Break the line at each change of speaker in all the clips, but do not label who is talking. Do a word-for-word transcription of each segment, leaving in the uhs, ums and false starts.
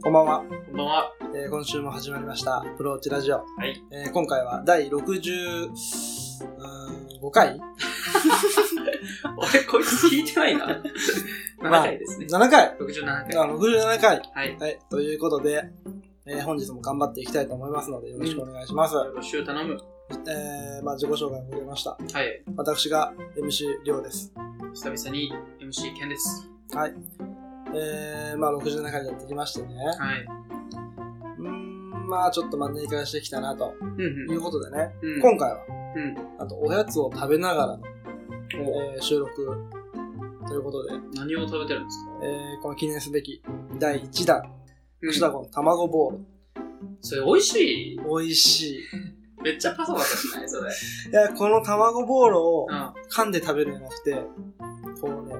こんばんは。
こんばんは。
えー、今週も始まりましたプローチラジオ。
はい。
えー、今回はだいろくじゅうごかい
俺こいつ聞いてないな。ななかいですね。
ななかい。
ろくじゅうななかい。
あ、ろくじゅうななかい。
はい。
はい。ということで、えー、本日も頑張っていきたいと思いますので、よろしくお願いします。
よろしく頼む。
えー、まあ自己紹介も出ました。
はい。
私が エムシー りょうです。
久々に エムシー ケンです。
はい。えー、まあろくじゅうななかいやってきましてね。
はい。
うーん、まあちょっとマンネリ化してきたなということでね、
うんうん、
今回は、
うん、
あとおやつを食べながらの、えー、収録ということで、
何を食べてるんですか？
えー、この記念すべきだいいちだん、吉田子の卵ボール。
それ美味しい？
美味しい。
めっちゃパサパサしないそれ。
いや、この卵ボールを噛んで食べるんじゃなくて、こうね、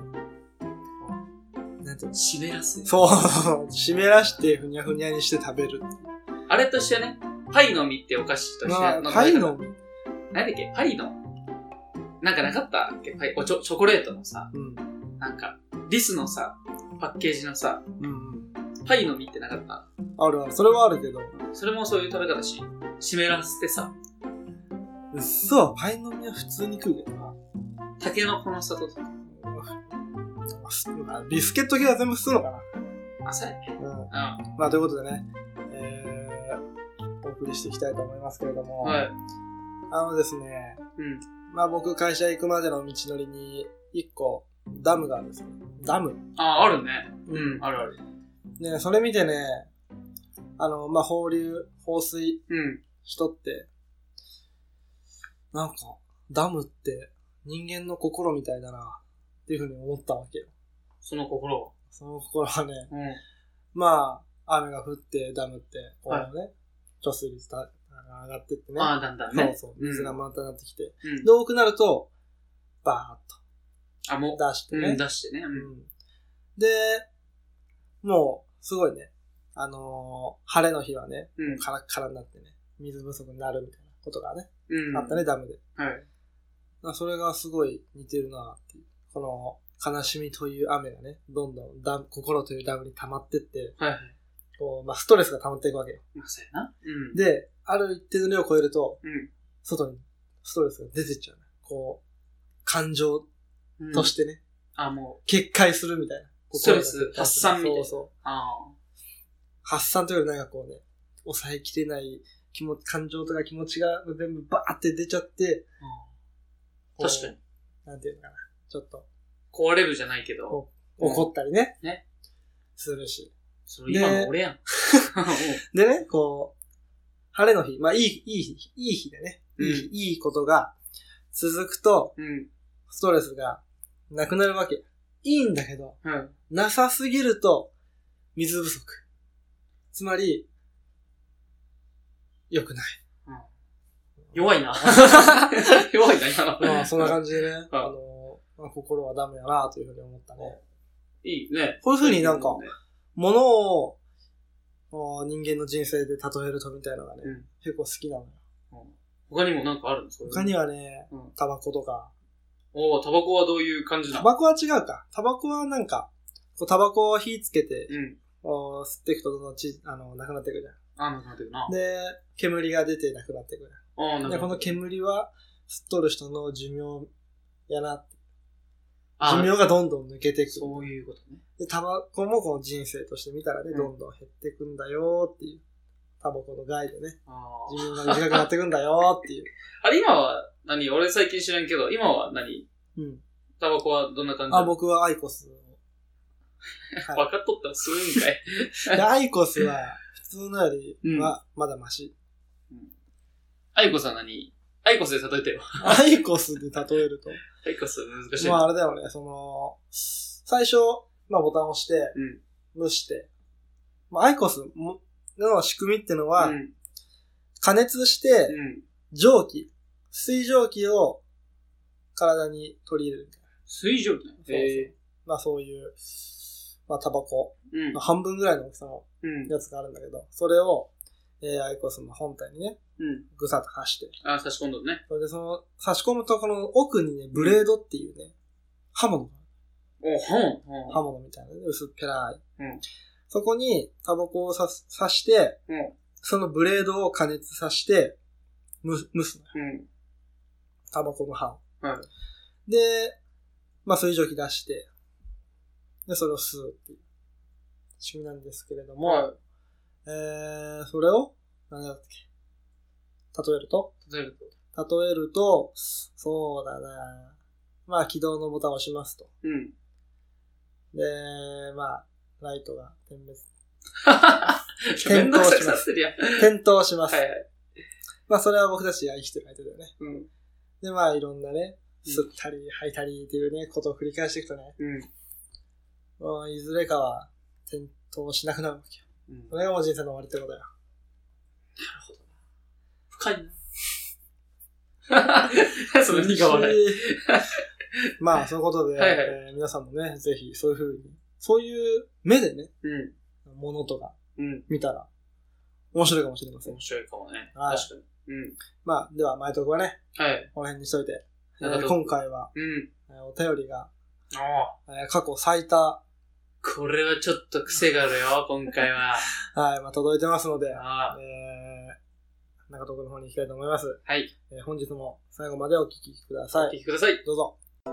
なんていうの？
湿らす。
そう、湿らしてふにゃふにゃにして食べる。
あれとしてね、パイの実ってお菓子として、
まあ、パイの実
何だっけパイのなんかなかったっけパイおチョ、チョコレートのさ、うん、なんか、リスのさ、パッケージのさ、うんうん、パイの実ってなかった？
あるある、それはあるけど。
それもそういう食べ方し、湿らせてさ。
うっそ、パイの実は普通に食うけどな。
タケノコの里とか。
ビスケット系は全部吸うのかな。
あ、そうやね。
うん。まあ、ということでね、えー、お送りしていきたいと思いますけれども。はい。あのですね、うん。まあ僕、会社行くまでの道のりに、一個、ダムがあるんですよ。ダム。
あ、あるね。うん、あるある。
ね、それ見てね、あの、まあ、放流、放水しとって、うん、なんか、ダムって人間の心みたいだな、っていうふうに思ったわけよ。
その心は
その心はね、うん、まあ、雨が降ってダムって、こうね、はい、貯水率が上がってってね。
ああ、だんだんね。
そうそう、水がまたなってきて。
うん、
で、多くなると、バーッと。
あ、もう、
出してね。
うん、出してね、うん。
で、もう、すごいね、あのー、晴れの日はね、うん、カラッカラになってね、水不足になるみたいなことがね、うん、あったね、ダムで。はい。それがすごい似てるなっていう。この、悲しみという雨がね、どんどんダム、心というダムに溜まってって、はいはい、こう、まあ、ストレスが溜まっていくわけよ。
まあ、そうやな。うん。
で、ある一定の量を超えると、
うん、
外にストレスが出てっちゃう、ね。こう、感情としてね、
うん、あ、もう、
決壊するみたいな。
ストレス発散みたいな。
そうそう。
あ
発散というよりなんかこうね、抑えきれない気持ち、感情とか気持ちが全部バーって出ちゃって、
うん、確かに。
なんていうのかな。ちょっと。
壊れるじゃないけど。
怒ったりね。
ね。
するし。
それ今の俺やん。
でね、こう、晴れの日、まあいい、いい日、いい日でね、うん、いい、いいことが続くと、うん、ストレスがなくなるわけ。いいんだけど、うん、なさすぎると、水不足。つまり、良くない。
うん、弱いな。弱いな、今の。
まあ、そんな感じでね、うん、あの、まあ、心はダメやなというふうに思ったね。
いいね。
こういうふうになんか、物を、人間の人生で例えるとみたいなのがね、うん、結構好きなのよ。
うん、他にもなんかあるんですか？
他にはね、うん、タバコとか。
おー、タバコはどういう感じなの？
タバコは違うか。タバコはなんか、こうタバコを火つけて、うん、吸っていくとどんどんち、あの、なくなっていくじゃん。
あ、なくなっていくな。
で、煙が出てなくなっていくじゃん。
あ、なるほど。
で、この煙は、吸っとる人の寿命やなって。寿命がどんどん抜けていく。
そういうことね。
で、タバコもこの人生として見たらね、うん、どんどん減っていくんだよっていう。タバコの害でね。寿命が短くなっていくんだよっていう。
あれ、今は何？俺最近知らんけど、今は何？うん。タバコはどんな感じ？
あ、僕はアイコス。
はい、分かっとったらするんかい。
で、アイコスは、普通のよりは、まだマシ。
うん。アイコスは何？アイコスで例えてよ。
アイコスで例えると。
アイコス難しい。
まああれだよね、その、最初、まあボタンを押して、うん、蒸して、まあアイコスの仕組みってのは、うん、加熱して、うん、蒸気、水蒸気を体に取り入れるみたいな。
水蒸気ね。
そうそう。まあそういう、まあタバコ、うんまあ、半分ぐらいの大きさのやつがあるんだけど、それを、えー、アイコスの本体にね、うん、ぐさっと刺して。
あ、差し込んどるね。
それでその、差し込むとこの奥にね、ブレードっていうね、刃物が
ある。お、刃物
刃物みたいなね、薄っぺらい。うん。 そこにタバコを刺す、刺して、うん、そのブレードを加熱させて、む、蒸すのよ。うん、タバコの葉を。うん、で、まあ、水蒸気出して、で、それを吸うっていう仕組みなんですけれども、はい、えー、それを、何だっけ例えると
例える
と例えると、そうだなまあ、起動のボタンを押しますと。うん。で、まあ、ライトが点滅。
点灯します。
点灯します。はいはい。まあ、それは僕たちが生きてる間だよね。うん。で、まあ、いろんなね、吸ったり吐いたりっていうね、ことを繰り返していくとね、うん。もういずれかは点灯しなくなるわけよ。うん。それがもう人生の終わりってことだよ。
なるほど。深いな。その苦笑い。
まあ、そういうことで、はいはいえー、皆さんもね、ぜひそういう風に、そういう目でね、うん、ものとか見たら面白いかもしれません。
面白いかもね。はい、確かに。
うん。まあ、では、前とこはね、はい、この辺にしといて、えー、今回は、うんえー、お便りが、えー、過去最多。
これはちょっと癖があるよ、今回は。
はい、まあ、届いてますので、あえー、中徳の方に行きたいと思います。はい。えー、本日も最後までお聞きください。
お聞きください。
どうぞ。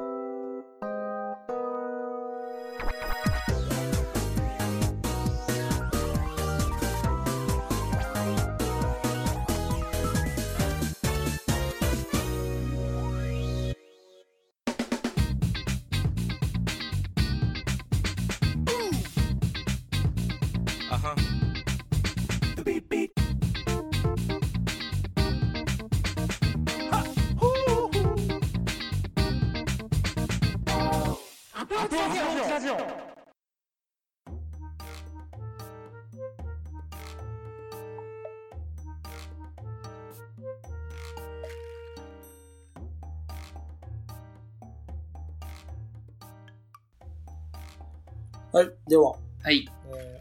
はい。では。はい。え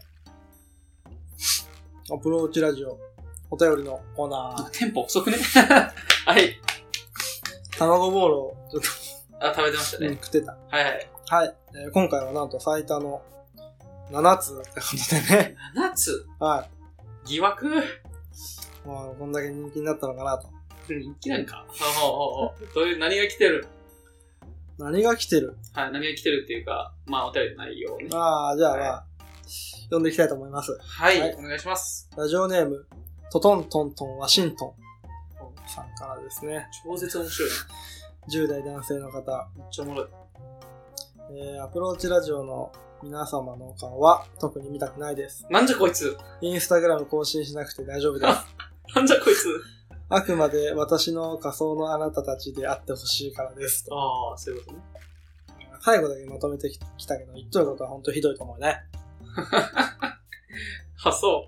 ー、アプローチラジオ、お便りのコーナー。
テンポ遅くねはい。
卵ボールをちょっ
と。あ、食べてましたね。
うん、食ってた。
はいはい。
はい。えー、今回はなんと最多のななつってことでね。
ななつ
はい。
疑惑
まあ、こんだけ人気になったのかなと。
人気なんかほうほうほう。どういう、何が来てる
何が来てる
はい、何が来てるっていうか、まあ、お便りの内容をね。
ああ、じゃあまあ、はい、読んでいきたいと思います。
はい、はい、お願いします。
ラジオネーム、トトントントンワシントンさんからですね。
超絶面白いな。
じゅう代男性の方。
めっちゃおもろい。
えー、アプローチラジオの皆様の顔は特に見たくないです。
なんじゃこいつ。
インスタグラム更新しなくて大丈夫です。
なんじゃこいつ。
あくまで私の仮想のあなたたちであってほしいからです。
ああ、そういうことね。
最後だけまとめてきたけど、言っとることは本当ひどいと思うね。
は、そう。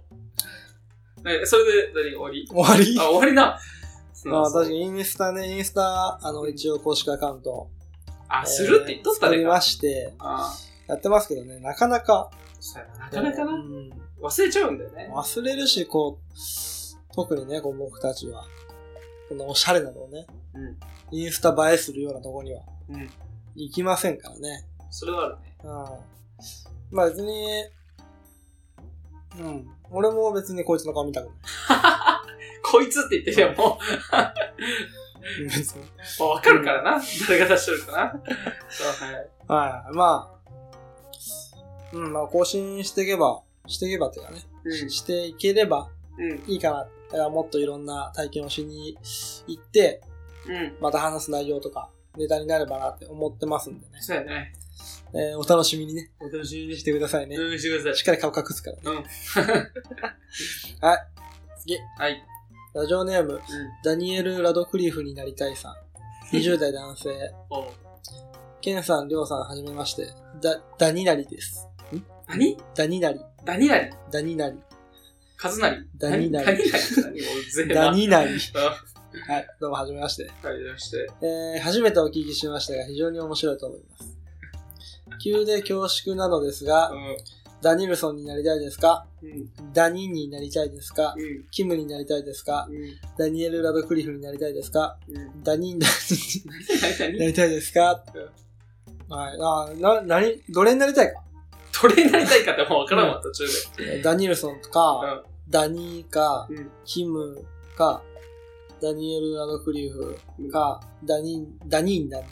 え、それで何終わり
終わり
あ、終わりな。
まあ確かにインスタね、インスタ、あの、一応公式アカウント。
あ、えー、するって言っとったね。
作りまして、あやってますけどね、なかなか。
そうやな、なかなかな、うん。忘れちゃうんだよね。
忘れるし、こう、特にね、こう僕たちは、このおしゃれなのをね、うん、インスタ映えするようなとこには、うん、行きませんからね。
それはあるね。
うん。まあ別に、うん。俺も別にこいつの顔見たくない。
こいつって言ってるよ、もう。別に。わかるからな。誰が出してるかな。そう
はい。はい。まあ、うん、まあ更新していけば、していけばっていうかね、うん、していければいいかな。だからもっといろんな体験をしに行って、うん、また話す内容とかネタになればなって思ってますんでね。
そうやね。
えー、お楽しみにね。
お楽しみに
してくださいね。
うん、してください。
しっかり顔隠すからね。うん。はい。次。はい。ラジオネーム、うん、ダニエル・ラドクリフになりたいさん。にじゅう代男性。おケンさん、りょうさん、はじめまして。だ、ダニナリです。
ん何
ダニナリ。
ダニナリ
ダニナリ。
カズナリ
ダニナリ。
ダニナ
リ。ダニナリ。はい、どうもはじめまして。
はじめまして。
えー、初めてお聞きしましたが、非常に面白いと思います。急で恐縮なのですが、うん、ダニルソンになりたいですか、うん、ダニになりたいですか、うん、キムになりたいですか、うん、ダニエル・ラドクリフになりたいですか、うん、ダニンダニになりたいですか、うん、はい、あな、なに、どれになりたいか
トレーナーになりたいかってもうわからんわ、途中
で。ダニエルソンとか、うん、ダニーか、うん、キムか、ダニエル・ラドクリフか、うん、ダニー、ダニーン、ダニーン。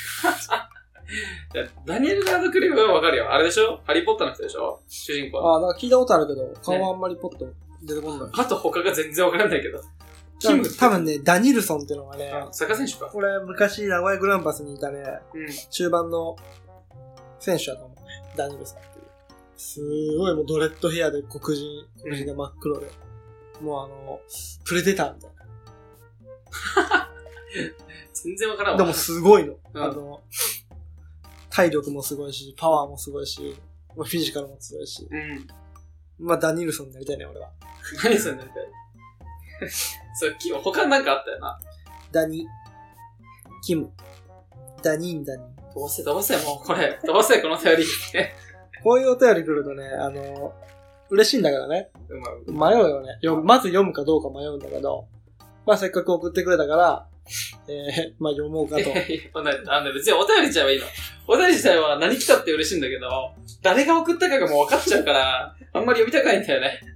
ダニエル・ラドクリフはわかるよ。あれでしょハリーポッターの人でしょ主人公。
ああ、なんか聞いたことあるけど、顔はあんまりポッと出てこない。
あと他が全然わからないけど。
キム多分ね、ダニルソンってのがね、
サッカー選手か。
これ昔名古屋グランパスにいたね、うん、中盤の選手だと思うね。ダニルソンっていう。すごいもうドレッドヘアで黒人、黒人が真っ黒で、うん、もうあの、プレデターみたいな。
全然わからんわ。
でもすごいの。うん、あの、体力もすごいし、パワーもすごいし、フィジカルも強いし。うん、まあダニルソンになりたいね、俺は。
ダニルソンになりたい。そう、他なんかあったよな。
ダニ、キム、ダニンダニン。
飛ばせ飛ばせ、もうこれ。飛ばせ、このお便り。
こういうお便り来るとね、あの、嬉しいんだけどね。うま、迷うよね。まず読むかどうか迷うんだけど、まあせっかく送ってくれたから、えー、まあ読もうかと。
あの別にお便り自体はいいの。お便り自体は何来たって嬉しいんだけど、誰が送ったかがもう分かっちゃうから、あんまり読みたくないんだよね。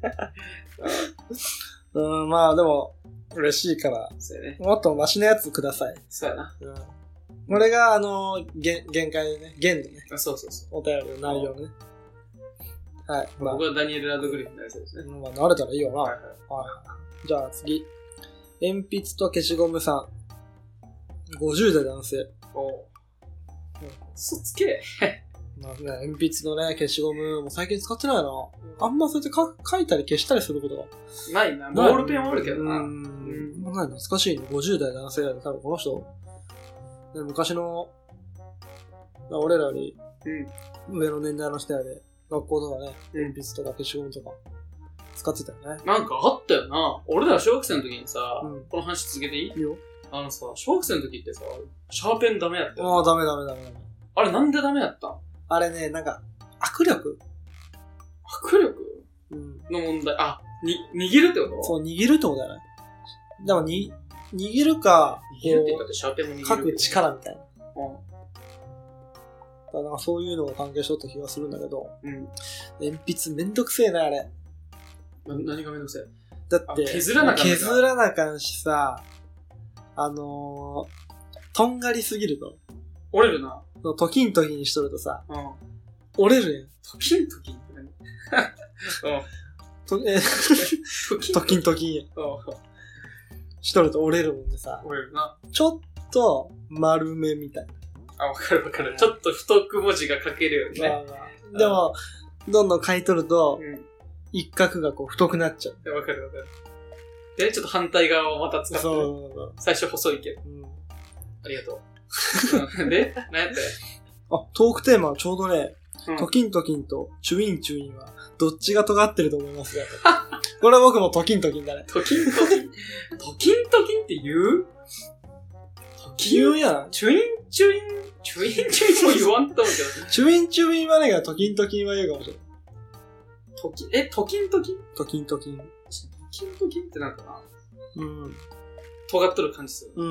うん、まあでも、嬉しいから。そうやね。もっとマシなやつください。
そうやな。うん。
これが、あの、限界ね。限度ね。
あ、そうそうそう。
お便りの内容ね。はい。
まあ、僕はダニエル・ラドグリフになりそうですね。
まあ、慣れたらいいよな。はいはい。はい、じゃあ次。鉛筆と消しゴムさん。ごじゅう代男性。おう。
嘘つけ。
まあね、鉛筆のね、消しゴム、もう最近使ってないな。あんまそうやってか書いたり消したりすることが。
ないな。ボールペンはあるけどな。
うん。うん。ない懐かしいね。ごじゅう代男性で多分この人、ね、昔の、俺らより上の年代の人やで、学校とかね、鉛筆とか消しゴムとか使ってたよね。
なんかあったよな。俺ら小学生の時にさ、うん、この話続けていい？いいよ。あのさ、小学生の時ってさ、シャーペンダメやったよ。
ああ、ダメダメダメダメ。
あれなんでダメやったん？
あれね、なんか、握力
握力、うん、の問題。あ、に、握るってこと？
そう、握るってことだよね。でもに、握るか、
握るって言ったってシャーペンも握る。
書く力みたいな。うん。だからそういうのが関係しとった気がするんだけど。うん。鉛筆めんどくせえな、あれ。
な、何がめんどくせえ？
だって、
削らなかん
削らなかんしさ、あのー、とんがりすぎると。
折れるな。
トキントキンしとるとさ、うん、折れるやん。
トキントキンって何？うん。
と、えトキントキンやん。しとると折れるもんでさ。
折れるな。
ちょっと丸めみたいな。
あ、わかるわかる。ちょっと太く文字が書けるよね。まあま
あ、でも、どんどん書いとると、うん、一角がこう太くなっちゃう。
わかるわかる。で、ちょっと反対側をまた使ってる。そうそうそう。最初細いけど。うん、ありがとう。で、何やって？
あ、トークテーマはちょうどね、うん、トキントキンとチュインチュインはどっちが尖ってると思いますか？これは僕もトキントキンだね。
トキントキントキントキンって言う？トキン
言うやん。
チュインチュインチュインチュインも言わんと思うけど。
チュインチュインはねがトキントキンは言うかもしれない。
トキン、え、トキントキン？
トキントキン。
トキントキンってなんかな？うん。尖っとる感じする。うん。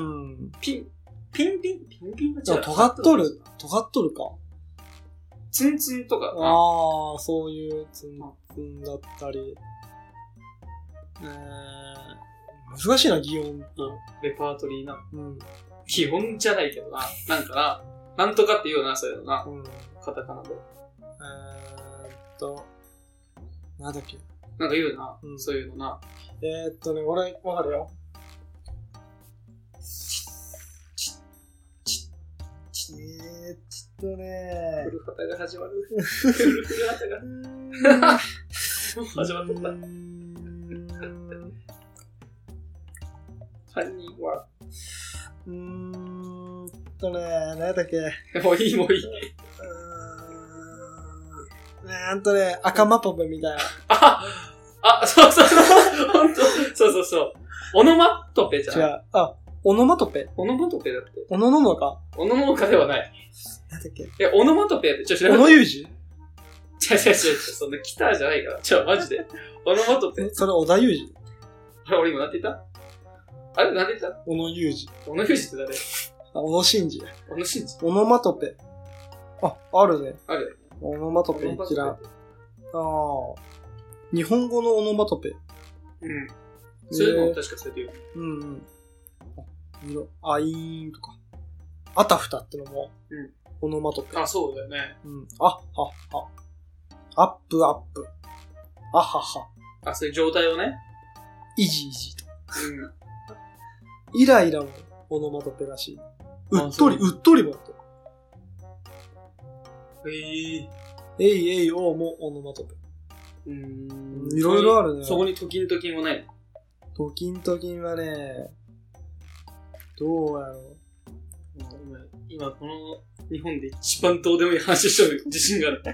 ピン。ピンピンピンピンが違う。
尖っとる尖っとるか。
ツンツンとか。
ああ、そういうツンツンだったり。えー、難しいな、擬音と。
レパートリーな。うん。擬音じゃないけどな。なんかな、なんとかって言うよな、そういうのな。うん。カタカナで。
えーっと、なんだっけ。
なんか言うな、うん、そういうのな。
えーっとね、俺、わかるよ。えー、ちょっとね
古畑が始まる。古畑が。始まっとった。犯人は
うーんとね、何だっけ。
もういいもういい。う
ーん。なんとね、赤マポペみたいな。
ああ、そうそうそう。ほんと。そうそうそう。オノマトペじゃん。
違う。あ、オノマトペ
オノマトペだって。
オノノノか
オノノノカではない。
なんだっけ
え、オノマトペって、ちょ、調べて。
オノユージ
違う違う違う、そんな来たじゃないから。ちょ、マジで。オノマトペ。
それ、小田ユージ。
あれ、俺今なんて言ったあれ、なんて言った
小野ユージ。
小野ユージって誰？
あ、小野真二。
小野真二。
オノマトペ。あ、あるね。
ある。
オノマトペ一覧。ああ。日本語のオノマトペ。
うん。そういうの確かされてるよね。
うんうん。あ、いーんとか。あたふたってのも、うん。オノマトペ。
あ、そうだよね。
うん。あ、は、は。アップアップ。あはは。
あ、そういう状態をね。
イジイジと。うん。イライラもオノマトペらしい。うっとり、うっとりもと。
へえ。
えいえいおうもオノマトペ。
うーん。
いろいろあるね。
そこにトキントキンはないの？
トキントキンはね、どうやろう。
今、今この日本で一番どうでもいい話しとる自信がある。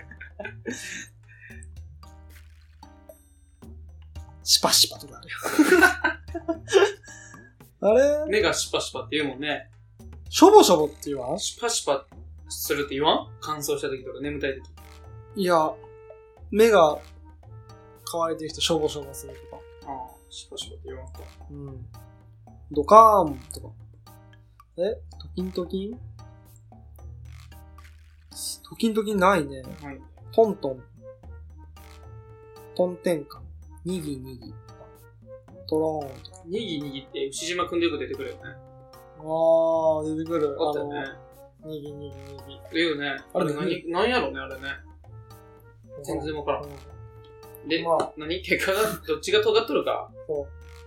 シパシパとかあるよ。あれ
目がシパシパって言うもんね。
ショボショボって言わん？
シパシパするって言わん？乾燥した時とか眠たい時。
いや、目が乾いてる人ショボショボするとか。
ああ、シパシパって言わんか。
うん。ドカーンとか。えトキントキントキントキンないね。はい。トントン。トンテンカン。にぎにぎ。トローンとか。
にぎにぎって牛島くんでよく出てくるよね。
あー、出てくる。
あったよね。
にぎにぎにぎ。
言うよね。あれ何、何やろうね、あれね。全然わからん。うん、で、まあ、何結果が、どっちが尖っとるか。
そう。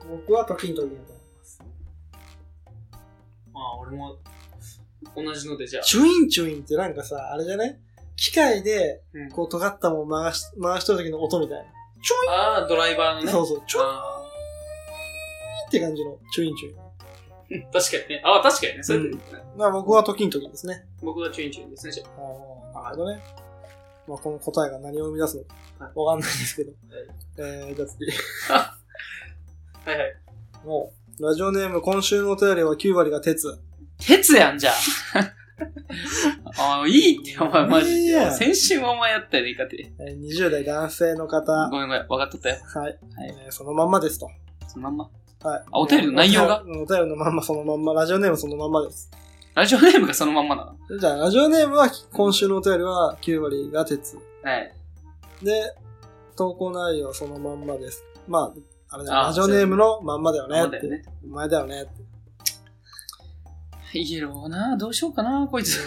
僕はトキントキンだと思います。
まあ、俺も、同じのでじゃあ。
チュインチュインってなんかさ、あれじゃない機械で、こう尖ったもん回し、回しとる時の音みたいな。チュイン
ああ、ドライバーのね。
そうそう、チュインって感じのチュインチュイン。
確かにね。ああ、確かにね。それで、うん、
まあ僕はトキントキンですね。
僕はチュインチュインですね、じゃあ。
ああ、なるほどね。まあこの答えが何を生み出すのかわかんないですけど。はい、えー、じゃあ次。
はいはい。
もう、ラジオネーム今週のお便りはきゅう割が鉄。
鉄やん、じゃあ。ああ、いいって、お前マジで。先週もお前やったよね、いいかって。
にじゅう代男性の方。
ごめんごめん、分かっとったよ。
はい。はい、えー、そのまんまですと。
そのまんま
はい。
あ、お便りの内容が
お便りのまんまそのまんま、ラジオネームそのまんまです。
ラジオネームがそのまんまなの？
じゃあ、ラジオネームは、今週のお便りはきゅう割が鉄。
はい。
で、投稿内容はそのまんまです。まあ、あれだ、ラジオネームのまんまだよねって。ね、お前だよねって。
いいやろうな、どうしようかな、こいつ。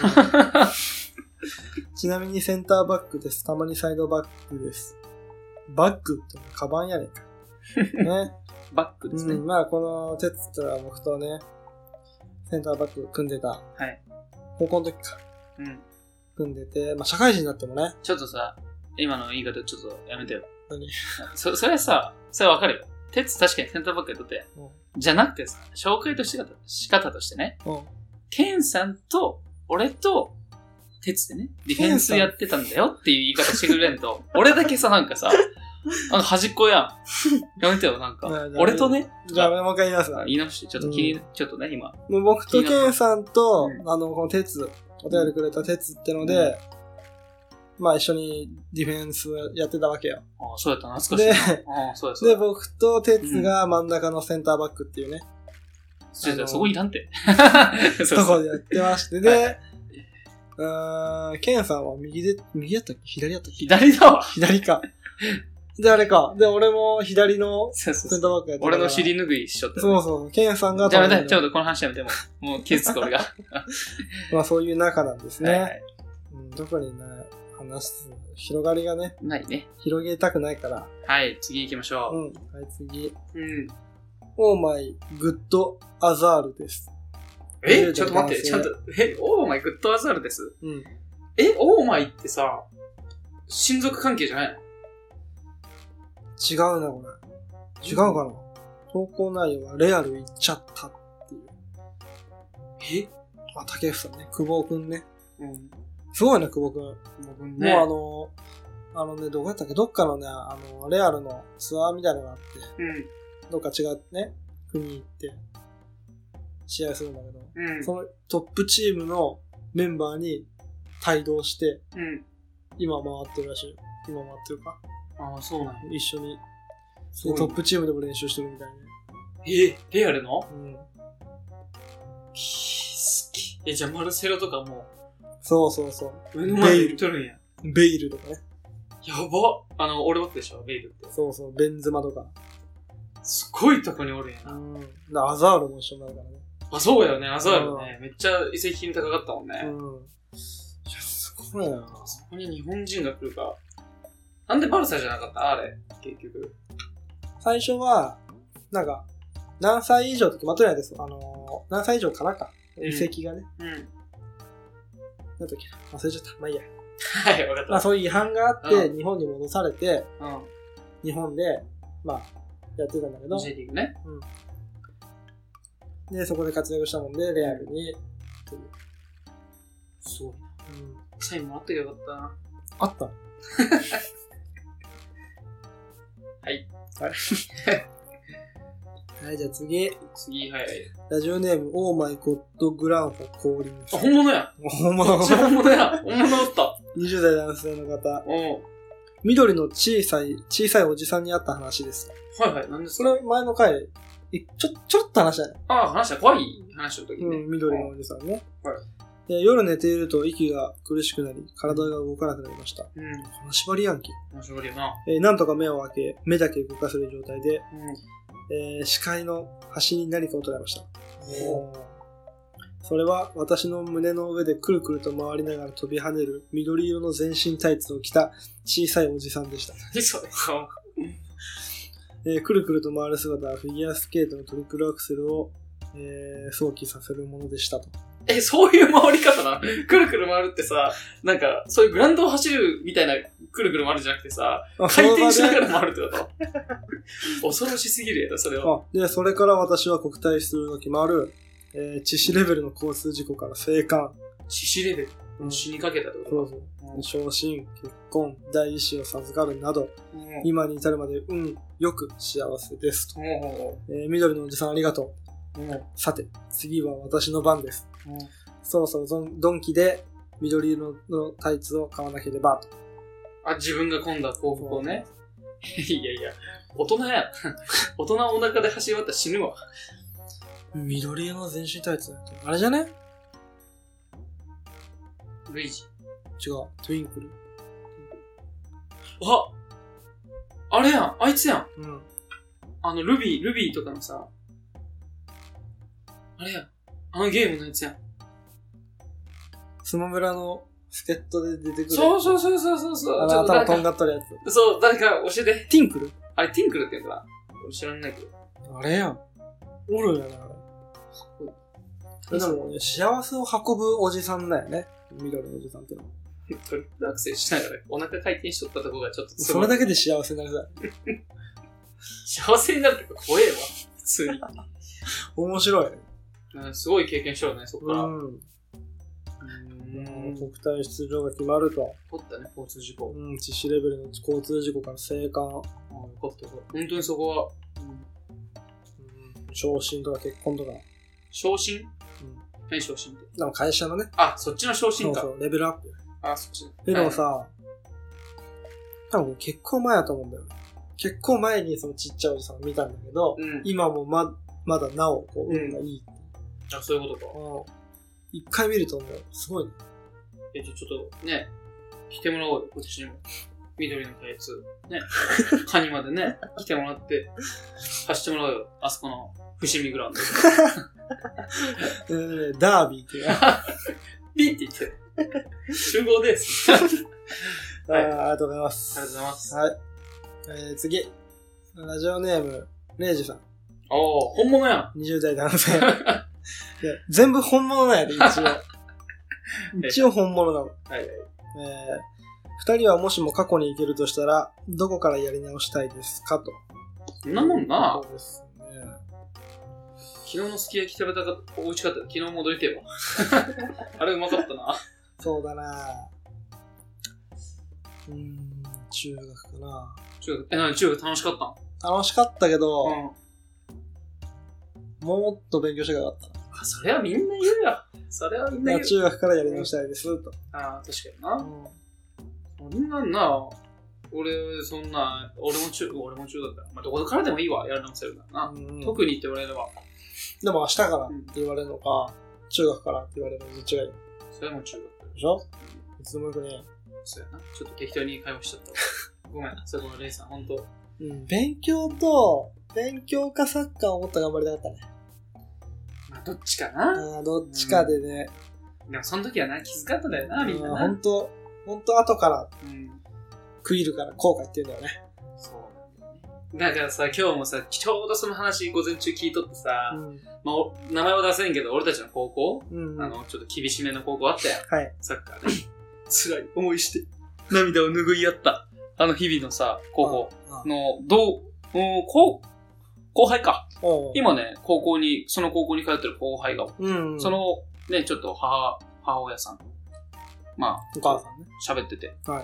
ちなみにセンターバックです。たまにサイドバックです。バッグってカバンやねんか。ね。
バックですね。
うん、まあ、この、鉄ってのは僕とね、センターバック組んでた。はい。高校の時か。うん。組んでて、まあ、社会人になってもね。
ちょっとさ、今の言い方ちょっとやめてよ。
何
そ、それさ、それわかるよ。鉄確かにセンターバックやっとって。うん、じゃなくてさ、紹介として方、仕方としてね。うん。ケンさんと、俺と、鉄でね、ディフェンスやってたんだよっていう言い方してくれんと、俺だけさ、なんかさ、なんか端っこやん。やめてよ、なんか。俺とね。
じゃあ、もう一回言いますわ。
言い直して、ちょっと気に、うん、ちょっとね、今。
もう僕とケンさんと、うん、あの、この鉄、お便りくれた鉄ってので、うん、まあ一緒にディフェンスやってたわけよ。
ああ、そうやった、懐かしいな。
で、ああ、そうやそうや。で、僕と鉄が真ん中のセンターバックっていうね。
うん、そこいらんて。
そこでやってまして、で、はい、うーん、ケンさんは右で、右やったっけ左やったっけ
左だわ。
左か。で、あれか。で、俺も左のセンターバックやってた。
俺の尻拭いしちゃった、ね。
そうそう。ケンさんが。
じゃあ、ちょっとこの話やめても。もう傷つく俺が。
まあ、そういう仲なんですね。はいはい、うん、特にね、話す、広がりがね。
ないね。
広げたくないから。
はい、次行きましょう。
うん。はい、次。うん。オーマイグッドアザールです。
えちょっと待って、ちゃんと、えオーマイグッドアザールです。うん。えオーマイってさ、親族関係じゃないの？
違うな、これ。違うかな、うん、投稿内容はレアル言っちゃったっていう。えあ、竹内さんね。久保くんね。うん。すごいね、久保くん。久保くんね。もうあの、あのね、どこやったっけどっかのね、あの、レアルのツアーみたいなのがあって、うん。どっか違うね、国に行って、試合するんだけど、うん。そのトップチームのメンバーに帯同して、うん。今回ってるらしいよ。今回ってるか。
ああ、そうなんや。
一緒に。トップチームでも練習してるみたいね。
えー、レアルの？うん。好き。え、じゃあマルセロとかも。
そうそうそう。
うまい言っとるんや。
ベイルとかね。
やば。あの、オールバックでしょ、ベイルって。
そうそう、ベンズマとか。す
ごいとこにおるんやな。
うん。アザールも一緒になるからね。
あ、そうやよね、アザールね。めっちゃ遺跡金高かったもんね。うん。
いや、すごいな。
そこに日本人が来るか。なんでバルサじゃなかったあれ、結局。
最初は、なんか、何歳以上って決まってないです。あのー、何歳以上からか。遺跡がね。うん。うん、なんだっけ忘れちゃった。まあいいや。
はい、わかった。
まあそういう違反があって、日本に戻されて、うん、日本で、まあ、やってたんだけど。
ジェリーグね。
うん。で、そこで活躍したもんで、レアルに、
すごいな。うん。サインもあったけどよかったな。
あった
はい。
はい。はい、じゃあ次。
次、はい。
ラジオネーム、オーマイゴッドグランフォ降臨。
あ、本物や。
本物。
本物や。本物だった。
にじゅう代男性の方。お緑の小さい、小さいおじさんに会った話です。
はいはい、何です
か？それ前の回、ちょ、ちょっと話したね。
ああ、話した。怖い話の時にね。
うん、緑のおじさんね。はい。で夜寝ていると息が苦しくなり、体が動かなくなりました。うん。金縛りやんけ。
金縛りやな。
えー、なんとか目を開け、目だけ動かせる状態で、うん、えー、視界の端に何かを捉えました。おー。それは私の胸の上でくるくると回りながら飛び跳ねる緑色の全身タイツを着た小さいおじさんでした。
何それ
えー、くるくると回る姿はフィギュアスケートのトリプルアクセルを、えー、想起させるものでしたと。
え、そういう回り方な。くるくる回るってさ、なんか、そういうグラウンドを走るみたいなくるくる回るじゃなくてさ、回転しながら回るってこと恐ろしすぎるやろ、それは。
で、それから私は国体出場が決まる、えー、致死レベルの交通事故から生還。
致死レベル、うん、死にかけたってこと
そうそう。うん、昇進、結婚、第一子を授かるなど、うん、今に至るまで運よく幸せですと。うんえー、緑のおじさんありがとう。うん、さて、次は私の番です。うん、そろそろドンキで緑色のタイツを買わなければと。
あ、自分が今度は幸福をね。いやいや、大人や。大人お腹で走り回ったら死ぬわ。
緑色の全身タイツあれじゃね？
ルイージ。
違う、トゥインクル。
ああれやん、あいつやん。うん。あの、ルビー、ルビーとかのさ、あれやん。あのゲームのやつやん。
スマブラの助っ人で出てくる。
そうそうそうそうそうそう。
あの頭とんがっとるや
つ。そう、誰か教えて。
ティンクル？
あれティンクルって言うかな？俺知らないけど。
あれやん。おるんやな、あれ。すごい。でもね、幸せを運ぶおじさんだよね。緑のおじさんってのは。
トリプルアクセルしながらお腹回転しとったとこがちょっと
それだけで幸せになるさ。
幸せになるって怖えわ。普通に。
面白い。
すごい経験しようね、そこから。うん。
うん国体出場が決まると。
取ったね、交通事故。
うん、致死レベルの交通事故から生還。ああ、よ
かったよかった。本当にそこは、
うん、昇進とか結婚とか。
昇進？うん。何昇進って。
でも会社のね。
あ、そっちの昇進か。
そうそう、レベルアップ。
あ、そっち。
でもさ、はい、多分結婚前だと思うんだよね。結婚前にそのちっちゃいおじさんを見たんだけど、うん、今もま、まだなお、こう、運がいい、
うん。あ、そういうことか。
一回見るともう、すごいね。
え、じゃあちょっとね、来てもらおうよ、こっちにも。緑のタイツ。ね。カニまでね、来てもらって、走ってもらおうよ。あそこの、伏見グラウンド。
えー、ダービーっていう。
ビーって言って。集合です。
はい、ありがとうございます。
ありがとうございます。
はい。えー、次。ラジオネーム、レイジさん。
おー、本物や
ん。にじゅう代男性。いや全部本物なんやで、一応。一応本物なの。はいはい。えー、二人はもしも過去に行けるとしたら、どこからやり直したいですかと。
そんなもんな。
そうですね。
昨日のすき焼き食べたかった。美味しかった。昨日戻りてえわ。あれうまかったな。そうだな。うーん、中学かな。中学、え、なに中学楽しかったん？楽しかったけど、うん、もっと勉強してかかった。あ、それはみんな言うよ。それはみんな言う。中学からやり直したいですと。ああ、確かにな。うん。そんなんな、俺、そんな、俺も中、俺も中学だから。まあ、どこからでもいいわ、やり直せるからな。うん、特にって言われれば。でも明日からって言われるのか、うん、中学からって言われるのどっちがいい？それはもう中学でしょ？いつでもよくね。 そうやな。ちょっと適当に会話しちゃったわ。ごめんな。そこのレイさん、ほんと。
うん。勉強と、勉強かサッカーをもっと頑張りたかったね。
まあ、どっちかな。
あどっちかでね。
うん、でも、その時はな、気づかったんだよな、みんなな。
ほんと、ほんと後から、うん、食いるから後悔って言うんだよね。
そうなんだよね。だからさ、今日もさ、ちょうどその話午前中聞いとってさ、うん、まあ、名前は出せんけど、俺たちの高校、うんうん、あの、ちょっと厳しめの高校あったやん。はい。サッカーね。辛い思いして、涙を拭い合った。あの日々のさ、高校の、どう、こう、後輩か。今ね、高校に、その高校に通ってる後輩が、うんうん、その、ね、ちょっと母、母親さん、まあ、
お母さんね。
喋ってて、はい、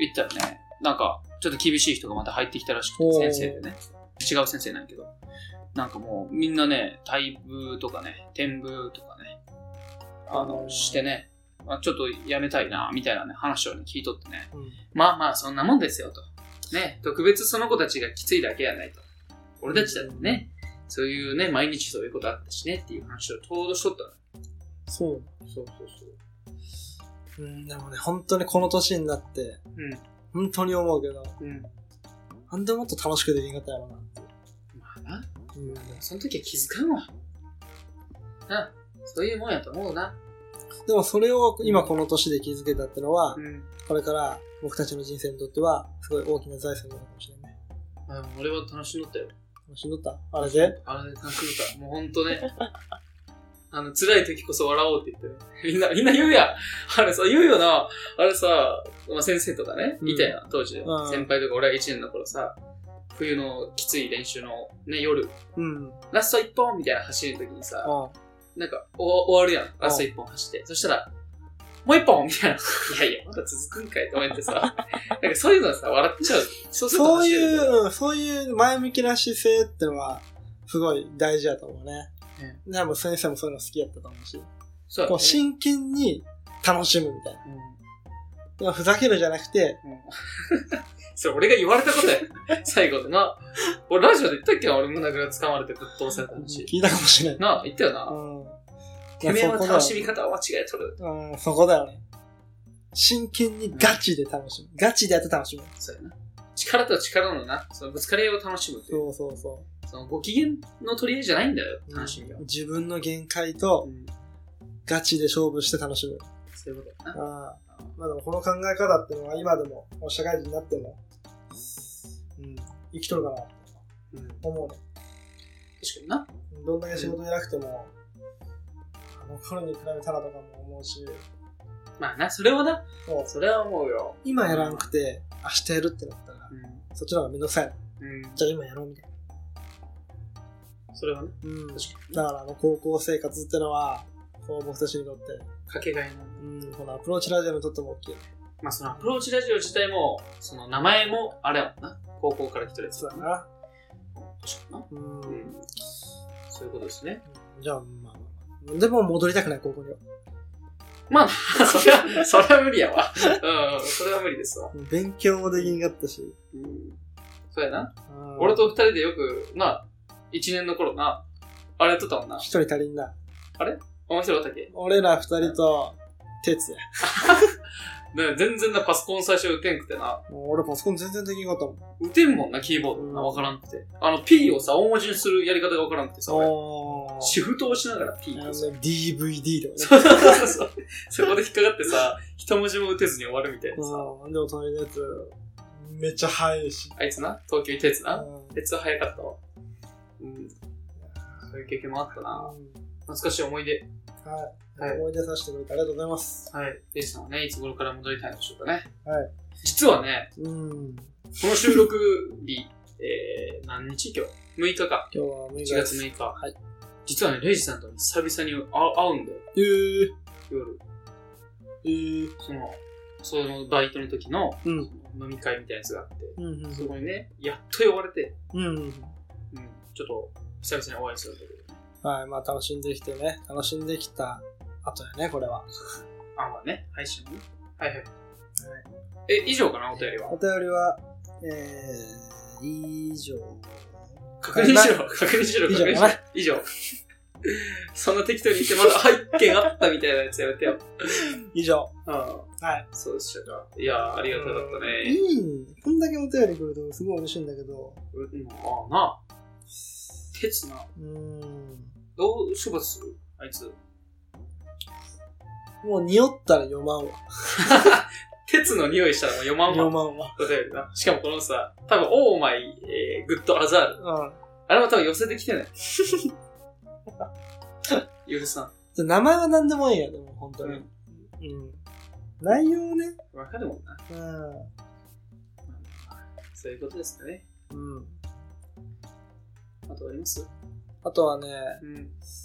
言ったらね、なんか、ちょっと厳しい人がまた入ってきたらしくて、先生でね。違う先生なんやけど。なんかもう、みんなね、退部とかね、転部とかね、あの、してね、まあ、ちょっとやめたいな、みたいなね、話をね、聞いとってね。うん、まあまあ、そんなもんですよ、と。ね、特別その子たちがきついだけやないと。俺たちだってね、そういうね、毎日そういうことあったしね、っていう話をちょうどしとったの。
そう。そうそうそう。うん、でもね、本当にこの年になって、うん、本当に思うけど、うん、なんでもっと楽しくできんかったやろなって。
まあな。うん、でもその時は気づかんわ。な、そういうもんやと思うな。
でもそれを今この年で気づけたってのは、うん、これから僕たちの人生にとってはすごい大きな財産になるかもしれない。
あ、俺は楽しんどったよ。
楽しんどったあれで
あれで楽しんどった。もうほんとね。あの、辛い時こそ笑おうって言ってね。みんな、みんな言うやん。あれさ、言うよな。あれさ、まあ、先生とかね、いたやん、当時、うん。先輩とか俺はいちねんの頃さ、冬のきつい練習のね、夜、うん、ラスト一本みたいな走る時にさ、うん、なんかお終わるやん。ラスト一本走って。そしたら、もう一本みたいな。いやいや、まだ続くんかいと思ってさ、なんかそういうのさ、笑っちゃう。
そうするとそういう、そういう前向きな姿勢ってのは、すごい大事だと思うね。うん、でも先生もそういうの好きやったと思うし。そう、ね。こう真剣に楽しむみたいな。うん、ふざけるじゃなくて、うん、
それ俺が言われたことや。最後でな。俺ラジオで言ったっけ俺胸ぐら掴まれてぶっ通された話。
聞いたかもしれない。
なあ、言ったよな。うん。てめえの楽しみ方を間違えとる。
うん、そこだよね。真剣にガチで楽しむ。うん、ガチでやって楽しむ。
そうやな。力と力のな、そのぶつかり合いを楽しむっていう。
そうそうそう。
そのご機嫌の取り合いじゃないんだよ、楽しみは。
うん、自分の限界と、ガチで勝負して楽しむ。
そういうことだな。
ああ。まあでもこの考え方っていうのは今でも、社会人になっても、うん、生きとるかなって思うね。
確かにな。
どんだけ仕事じゃなくても、あの頃に比べたらとかも思うし。
まあな、それはな。そう。それは思うよ。
今やらなくて、明日やるってなったら、うん、そっちの方がめんどくさいな。うん、じゃあ今やろうみたいな。
それはね。
うん。確かに。だからあの高校生活ってのは、こう僕たちにとって。
かけがえ
の。うん。このアプローチラジオにとっても大きいよね。
まあそのアプローチラジオ自体も、その名前もあれやもんな。高校から来てるやつ。
そうだな。確か
にな。うん。そういうことですね。
じゃあ、まあ、でも戻りたくない、高校には。
まあ、それは、それは無理やわ。うん、それは無理ですわ。
勉強もできんかったし。
うん。そうやな。俺と二人でよく、な、一年の頃な、あれやっとったもんな。
一人足りんな。
あれお前一人だったっけ？
俺ら二人と、鉄や。
ね、全然な、パソコン最初打てんくてな。
俺パソコン全然できんかったもん。
打てんもんな、キーボードな、わからんくて。あの、P をさ、大文字にするやり方がわからんくてさ、シフトをしながら P をさ。
ディーブイディー
とかね。そうそうそう。そこで引っかかってさ、一文字も打てずに終わるみたいなさ。
でも隣のやつ、めっちゃ早いし。
あいつな、東京鉄な。鉄は早かったわ。うん。そういう経験もあったな。懐かしい思い出。
はい。はい、思い出させてくれてありがとうございます。
はい。レイさんはね、いつ頃から戻りたいんでしょうかね。
はい。
実はね、うん、この収録日、えー、何日今日 ?むいかか。
今日はむいか。
いちがつむいか。
はい。
実はね、レイジさんと久々に会うんだよ。
えー。
夜。
えー。
その、そのバイトの時の、うん、飲み会みたいなやつがあって、うんうん、そこにね、やっと呼ばれて、うんうんうん、ちょっと久々にお会いするんだけどね。
はい、まあ楽しんできてね、楽しんできた後やね、これは。
あ、まあね、配信ね。はいはい。はい、え、以上かな、お便りは。
お便りは、えー、以上。
確認しろ、確認しろ、確認しろ。以上。 そんな適当に言ってまだ背景あったみたいなやつやめてよ。
以上。
うん。はい。そうでしたか。いやー、ありがたかったね。
いい。こんだけお便り来るとすごい嬉しいんだけど。
うん、ああ、なあ。鉄な。うん。どう処罰するあいつ。
もう匂ったら読まんわ。
鉄の匂いしたらもう読まんわ。
読まんわ。
お便りな。しかもこのさ、多分、オーマイ、えー、グッドアザール。うん。あれも多分寄せてきてない。許さ
ん。名前は何でもいいや、でも、本当に。うん。うん。内容ね。
わかるもんな。うん。そういうことですかね。うん。あとあります？
あとはね、うん。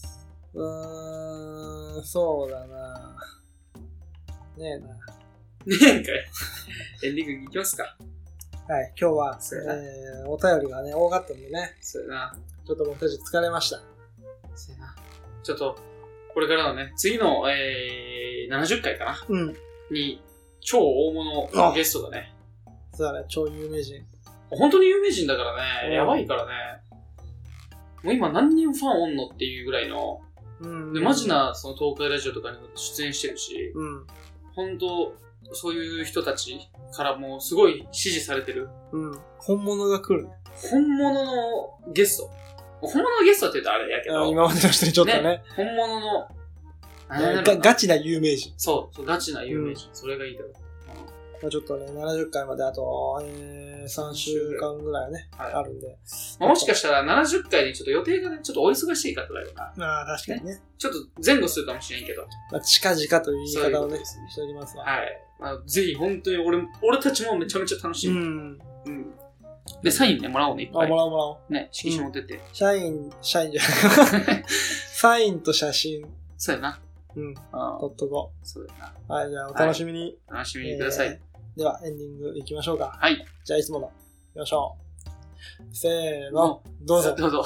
うーん、そうだな。ねえな。ね
えんかい。エンディングいきますか。
はい、今日は、えー、お便りがね、多かったんでね。
そうやな。
ちょっと僕たち疲れました。
そうやな。ちょっと、これからのね、次の、えー、ななじゅっかいかな。うん。に、超大物のゲストだね。
そうだね、超有名人。
本当に有名人だからね、やばいからね。もう今何人ファンおんのっていうぐらいの、うん、で、マジな、その東海ラジオとかにも出演してるし、うん、本当そういう人たちからもうすごい支持されてる。
うん。本物が来る。
本物のゲスト。本物のゲストって言うとあれやけど。
今までの人にちょっとね。ね
本物の
ガ、ガチな有名人。
そう、そうガチな有名人。うん、それがいいだろう。
まあ、ちょっとね、ななじゅっかいまであと、えー、さんしゅうかんぐらいね、はい、あるんで。
まあ、もしかしたらななじゅっかいにちょっと予定がね、ちょっとお忙しい方だよな。
まあ、確かにね。
ちょっと前後するかもしれんけど。
まあ、近々という言い方をね、ううねしておりますわ。
はい。まあ、ぜひ本当に俺、俺たちもめちゃめちゃ楽しみ。うん。うん。で、サインね、もらおうね、いっぱい。
あ、もらおうもらお
う。ね、色紙持ってって。
うん、社員、社員じゃない。サインと写真。
そうやな。
うん。撮っとこ
う。そうや
な。はい、じゃあお楽しみに。
はい、楽しみにください。え
ー、では、エンディングいきましょうか。
はい。
じゃあ、いつもの、行きましょう。せーの、どうぞ。
どうぞ。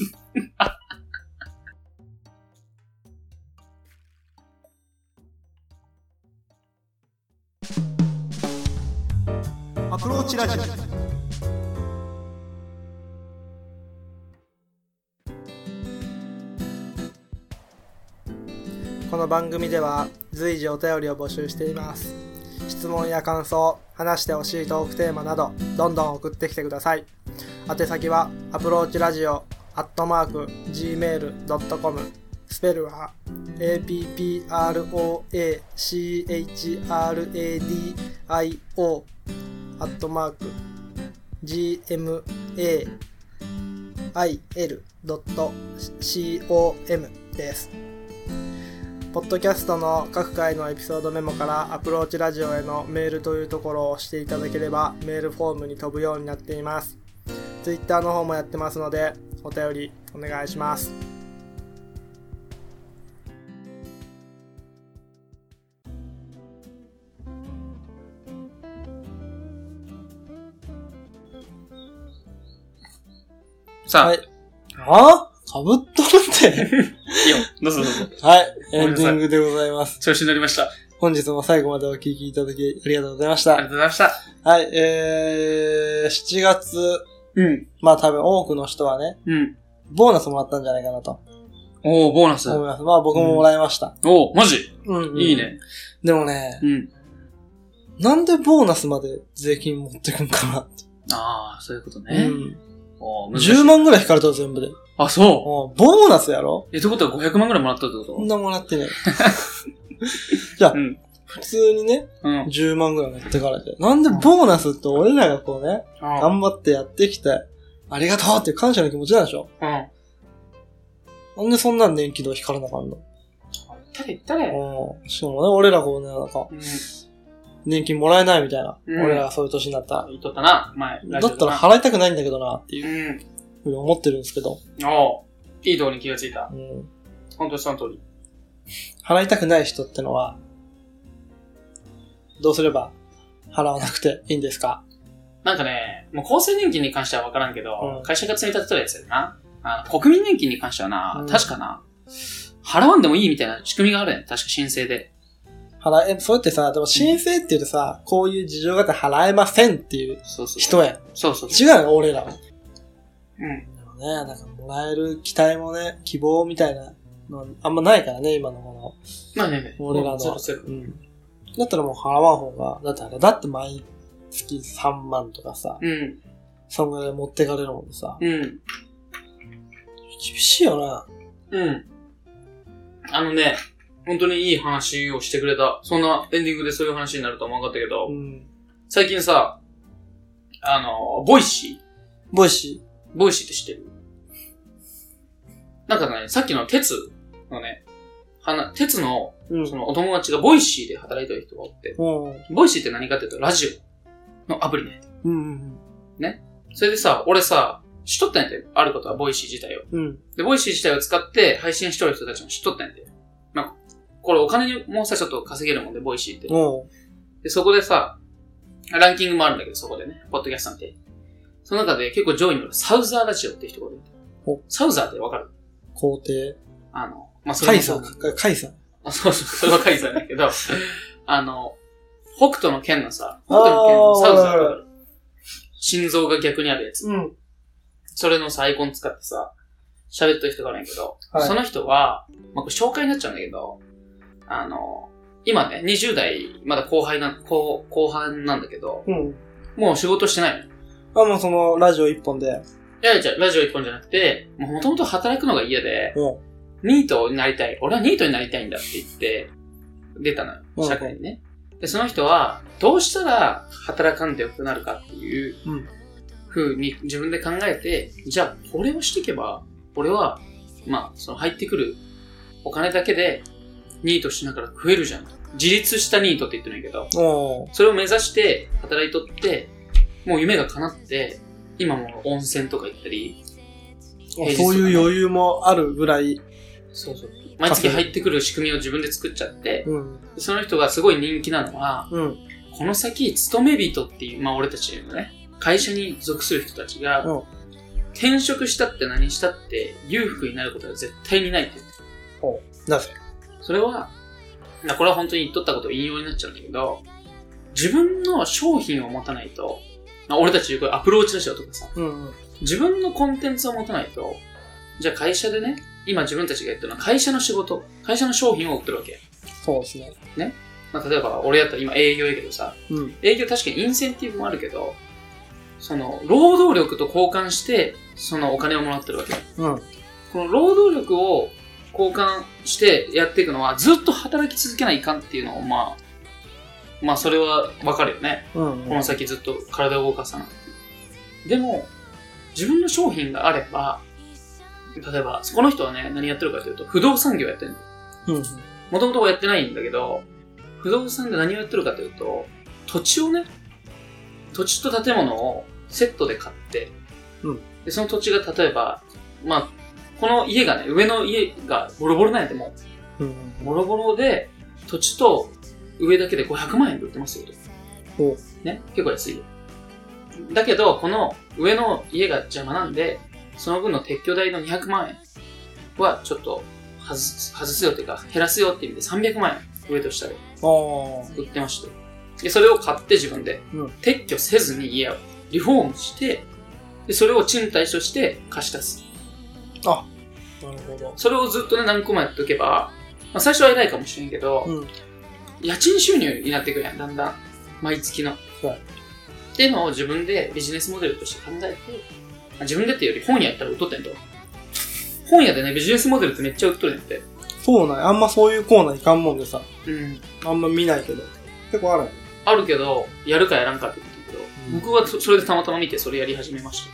アプローチラジオ。この番組では随時お便りを募集しています。質問や感想、話してほしいトークテーマなどどんどん送ってきてください。宛先はアプローチラジオアットマーク ジーメールドットコム、 スペルは エーピーピーアールオーエーシーエイチアールエーディーアイオーアットマーク ジーエムエーアイエルドットコム です。ポッドキャストの各回のエピソードメモからアプローチラジオへのメールというところを押していただければメールフォームに飛ぶようになっています。ツイッターの方もやってますのでお便りお願いします。
さあ。
はい。あかぶっとるって。
いいよ。どうぞどうぞ。
はい。エンディングでございます。
調子に乗りました。
本日も最後までお聞きいただきありがとうございました。
ありがとうございました。
はい。えー、しちがつ。うん。まあ多分多くの人はね。うん。ボーナスもらったんじゃないかなと。
おー、ボーナス。
思います。まあ僕ももらいました。
うん、おー、マジ？うん、うん。いいね。
でもね。うん。なんでボーナスまで税金持ってくんかなって。
ああ、そういうことね。うん。
じゅうまんぐらい引かれた全部で。
あ、そう。
ボーナスやろ？
え、ってことはごひゃくまんぐらいもらったってこと？
そんなもらってない。じゃあ、うん、普通にね、うん、じゅうまんぐらい持ってかれて。なんでボーナスって俺らがこうね、うん、頑張ってやってきて、ありがとうっていう感謝の気持ちなんでしょ？うん。なんでそんなん年季度引かれなあかんの？
言ったれ言ったれ。
うん。しかもね、俺らこうね、なんか、うん、年金もらえないみたいな。うん、俺らがそういう年になったら。
言っとったな、前。
だったら払いたくないんだけどな、っていう。うんふうに思ってるんですけど。
おー、いいところに気がついた。うん。本当にその通り。
払いたくない人ってのは、どうすれば払わなくていいんですか？
なんかね、もう厚生年金に関しては分からんけど、うん、会社が積み立てたやつやな。あの国民年金に関してはな、うん、確かな、払わんでもいいみたいな仕組みがあるね。確か申請で。
払え、そうやってさ、でも申請って言うとさ、うん、こういう事情があって払えませんっていう人や。
そうそう。
違うよ、俺らは。うん。でもね、なんかもらえる期待もね、希望みたいなあんまないからね、今のこの。
まあね、
俺らの。
ゼロゼロ。
うん。だったらもう払わん方が、だってあれ、だって毎月さんまんとかさ、
うん。
そんぐらい持ってかれるもんでさ。
うん。厳
しいよな。
うん。あのね、本当にいい話をしてくれた。そんなエンディングでそういう話になるとは思わなかったけど、うん、最近さ、あの、ボイシー
ボイシ
ーボイシーって知ってる？なんかね、さっきの鉄のね、はな、鉄の、そのお友達がボイシーで働いてる人がおって、うん、ボイシーって何かっていうとラジオのアプリね。うんうんうん、ね。それでさ、俺さ、知っとったんやて、あることはボイシー自体を。うん、で、ボイシー自体を使って配信しとる人たちも知っとったんやて。まあ、これお金にもさ、ちょっと稼げるもんで、ボイシーって。で、そこでさ、ランキングもあるんだけど、そこでね、ポッドキャストなんて。その中で結構上位に乗るサウザーラジオって人がいる。サウザーってわかる？
皇帝。
あの、まあ、
それカイサー。カイサー。
あ、そうそう、それはカイサーだけど、あの、北斗の剣のさ、北斗の剣のサウザーがある。心臓が逆にあるやつ。うん。それのさ、アイコン使ってさ、喋ってる人があるんやけど、はい、その人は、まあ、これ紹介になっちゃうんだけど、あの、今ね、にじゅう代、まだ後輩な、後、後半なんだけど、うん、もう仕事してない
の。あ、もうその、ラジオ一本で。
いやいや、ラジオ一本じゃなくて、もともと働くのが嫌で、うん、ニートになりたい。俺はニートになりたいんだって言って、出たのよ、社会にね。うん、で、その人は、どうしたら働かんでよくなるかっていう、うん、風に自分で考えて、じゃあ、これをしていけば、俺は、まあ、その入ってくるお金だけで、ニートしながら食えるじゃん。自立したニートって言ってないけど、それを目指して働いとって、もう夢が叶って、今も温泉とか行ったり、
そういう余裕もあるぐらい、
そうそう。毎月入ってくる仕組みを自分で作っちゃって、うん、その人がすごい人気なのは、うん、この先、勤め人っていう、まあ俺たちのね、会社に属する人たちが、うん、転職したって何したって裕福になることは絶対にないって言って。
なぜ？
それは、これは本当に言っとったことを引用になっちゃうんだけど、自分の商品を持たないと、俺たちこれアプローチラジオとかさ、うんうん、自分のコンテンツを持たないと、じゃあ会社でね、今自分たちがやってるのは会社の仕事、会社の商品を売ってるわけ。
そうですね。
ね。まあ、例えば俺やったら今営業やけどさ、うん、営業確かにインセンティブもあるけど、その労働力と交換してそのお金をもらってるわけ。うん、この労働力を交換してやっていくのはずっと働き続けないかんっていうのをまあまあそれはわかるよね、うんうん、この先ずっと体を動かさない。でも自分の商品があれば、例えばこの人はね何やってるかというと不動産業やってるの。もともとはやってないんだけど、不動産で何をやってるかというと、土地をね土地と建物をセットで買って、うん、でその土地が例えばまあこの家がね、上の家がボロボロなんやでもう、うん、ボロボロで土地と上だけでごひゃくまんえんで売ってますよと。ね、結構安いよ。だけどこの上の家が邪魔なんで、その分の撤去代のにひゃくまんえんはちょっと外す、外すよっていうか減らすよっていう意味でさんびゃくまんえん上と下で売ってまして、でそれを買って自分で、うん、撤去せずに家をリフォームして、でそれを賃貸として貸し出す。
あ、なるほど。
それをずっとね何個もやっておけば、まあ、最初は偉いかもしれんけど、うん、家賃収入になっていくやん、だんだん毎月の、はい、っていうのを自分でビジネスモデルとして考えて、自分でっていうより本屋やったら売っとったんやと。本屋でねビジネスモデルってめっちゃ売っとるんやって。
そうなんや。あんまそういうコーナーいかんもんでさ、うん、あんま見ないけど結構あるんや。
あるけどやるかやらんかって言ってるけど、うん、僕はそれでたまたま見てそれやり始めました。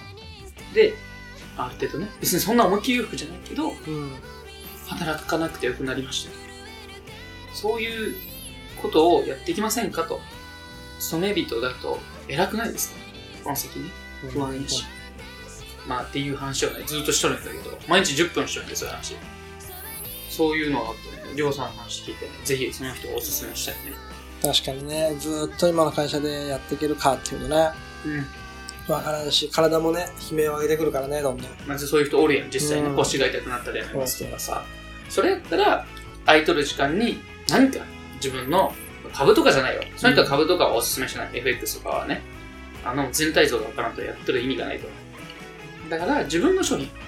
である程度ね、別にそんな思いっきり裕福じゃないけど、うん、働かなくてよくなりました。そういうことをやっていきませんかと。勤め人だと偉くないですか、この先ね、不安いし、うん、まあっていう話をねずっとしとるんだけど、毎日じゅっぷんしとるんですよ話。そういうのがあってね、りょうさんの話聞いてね、ぜひその人をおすすめしたいね。
確かにね、ずっと今の会社でやっていけるかっていうのね、うん、わからんし、体もね悲鳴を上げてくるからね、どんどん。
まずそういう人おるやん、実際に、ね、腰が痛くなったりやめますとかさ、それやったら空いとる時間に何か自分の株とかじゃないよ、その人は株とかはおすすめしない、うん、エフエックス とかはね、あの全体像がわからんとやってる意味がないと。だから自分の商品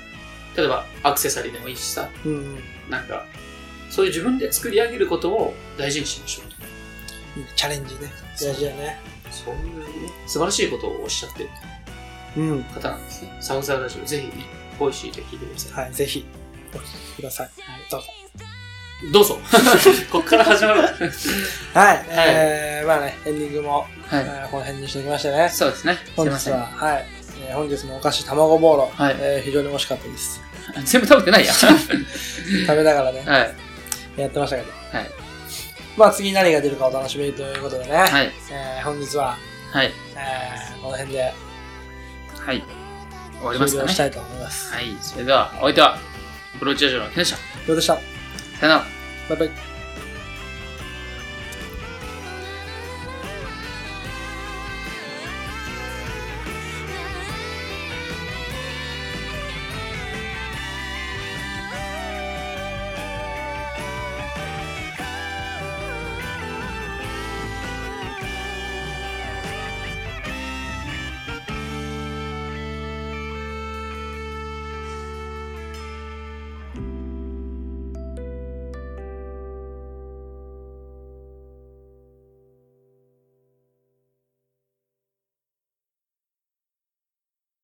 例えばアクセサリーでもいいしさ、うんうん、なんかそういう自分で作り上げることを大事にしましょう。
チャレンジね。大事だね。
そういうね、素晴らしいことをおっしゃってる方なんですね。うん、サウザーラジオ、ぜひね、ボイシーで聞いてください。
はい、ぜひ、お聞きください。はい、どうぞ。
どうぞ。こっから始まる。はい、
はい、えー、まあね、エンディングも、はい、えー、この辺にしてきましたね。
そうですね。
本日は、はい、えー、本日のお菓子、卵ボーロ、はい、えー、非常に美味しかったです。
全部食べてないや。食
べながらね、はい、やってましたけど。はい。まあ次何が出るかお楽しみということでね。はい。えー、本日は、はい。えー、この辺で、
はい。終わりますかね。終了
したいと思います。
はい。それでは、お相手は、ブローチラジオのケンでした。
どうでした。
さよなら。
バイバイ。